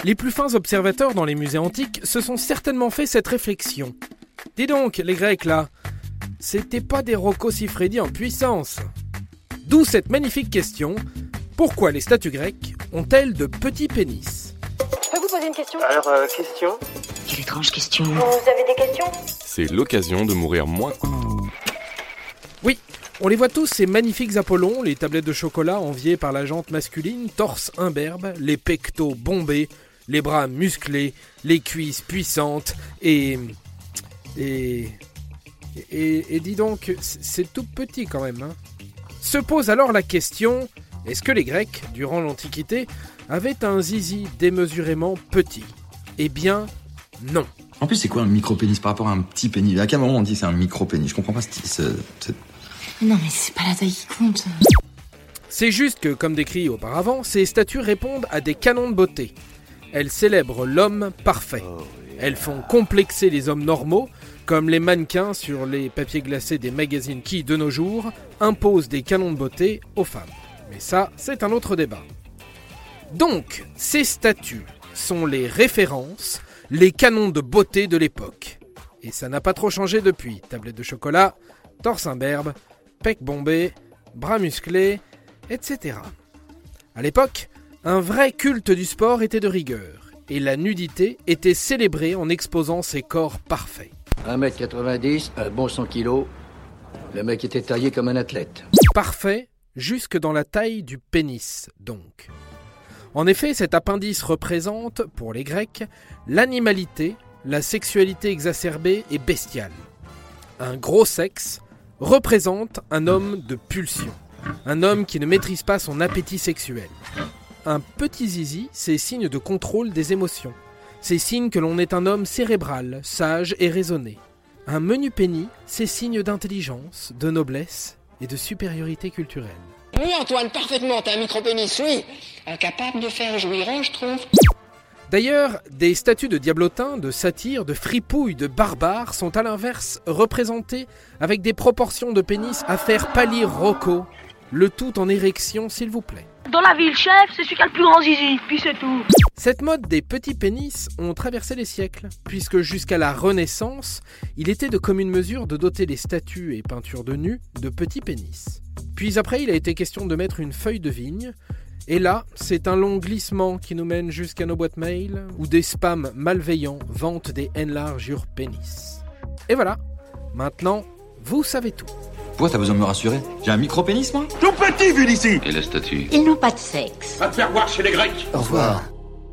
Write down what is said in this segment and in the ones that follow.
Les plus fins observateurs dans les musées antiques se sont certainement fait cette réflexion. Dis donc, les Grecs là, c'était pas des Rocco Siffredi en puissance. D'où cette magnifique question, pourquoi les statues grecques ont-elles de petits pénis ? Je peux vous poser une question ? Alors, question ? Quelle étrange question. Vous avez des questions ? C'est l'occasion de mourir moins. Oui, on les voit tous, ces magnifiques Apollons, les tablettes de chocolat enviées par la jante masculine, torse imberbe, les pectoraux bombés, les bras musclés, les cuisses puissantes et dis donc, c'est tout petit quand même. Hein. Se pose alors la question, est-ce que les Grecs, durant l'Antiquité, avaient un zizi démesurément petit ? Eh bien, non. En plus, c'est quoi un micro-pénis par rapport à un petit pénis ? À quel moment on dit c'est un micro-pénis ? Je comprends pas ce... Non mais c'est pas la taille qui compte. C'est juste que, comme décrit auparavant, ces statues répondent à des canons de beauté. Elles célèbrent l'homme parfait. Elles font complexer les hommes normaux, comme les mannequins sur les papiers glacés des magazines qui, de nos jours, imposent des canons de beauté aux femmes. Mais ça, c'est un autre débat. Donc, ces statues sont les références, les canons de beauté de l'époque. Et ça n'a pas trop changé depuis. Tablette de chocolat, torse imberbe, pec bombé, bras musclés, etc. À l'époque, un vrai culte du sport était de rigueur, et la nudité était célébrée en exposant ses corps parfaits. 1m90, un bon 100 kg, le mec était taillé comme un athlète. Parfait, jusque dans la taille du pénis, donc. En effet, cet appendice représente, pour les Grecs, l'animalité, la sexualité exacerbée et bestiale. Un gros sexe représente un homme de pulsion, un homme qui ne maîtrise pas son appétit sexuel. Un petit zizi, c'est signe de contrôle des émotions. C'est signe que l'on est un homme cérébral, sage et raisonné. Un menu pénis, c'est signe d'intelligence, de noblesse et de supériorité culturelle. Oui, Antoine, parfaitement, t'as un micro-pénis, oui. Incapable de faire jouir, je trouve. D'ailleurs, des statues de diablotins, de satyres, de fripouilles, de barbares sont à l'inverse représentées avec des proportions de pénis à faire pâlir Rocco, le tout en érection s'il vous plaît. Dans la ville, chef, c'est celui qui a le plus grand zizi, puis c'est tout. Cette mode des petits pénis ont traversé les siècles, puisque jusqu'à la Renaissance, il était de commune mesure de doter les statues et peintures de nus de petits pénis. Puis après, il a été question de mettre une feuille de vigne, et là, c'est un long glissement qui nous mène jusqu'à nos boîtes mail, où des spams malveillants vantent des enlargures pénis. Et voilà, maintenant, vous savez tout. Pourquoi t'as besoin de me rassurer ? J'ai un micro-pénis, moi ? Tout petit vu d'ici. Et la statue ? Ils n'ont pas de sexe. Va te faire voir chez les Grecs. Au revoir.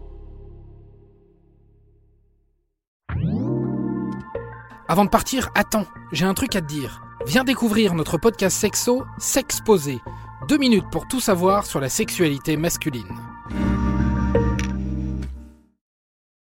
Avant de partir, attends, j'ai un truc à te dire. Viens découvrir notre podcast sexo, S'exposer. 2 minutes pour tout savoir sur la sexualité masculine.